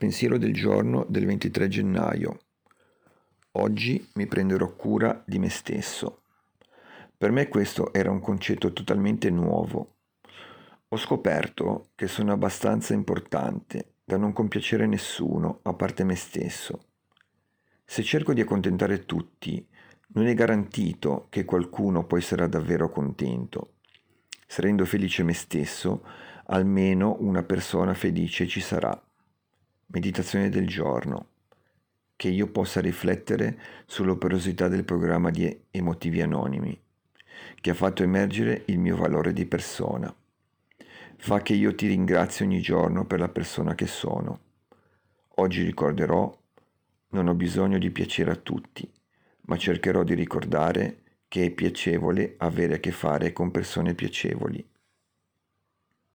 Pensiero del giorno del 23 gennaio. Oggi mi prenderò cura di me stesso. Per me questo era un concetto totalmente nuovo. Ho scoperto che sono abbastanza importante da non compiacere nessuno a parte me stesso. Se cerco di accontentare tutti, non è garantito che qualcuno poi sarà davvero contento. Se rendo felice me stesso, almeno una persona felice ci sarà. Meditazione del giorno. Che io possa riflettere sull'operosità del programma di Emotivi Anonimi, che ha fatto emergere il mio valore di persona. Fa che io ti ringrazi ogni giorno per la persona che sono. Oggi ricorderò, non ho bisogno di piacere a tutti, ma cercherò di ricordare che è piacevole avere a che fare con persone piacevoli.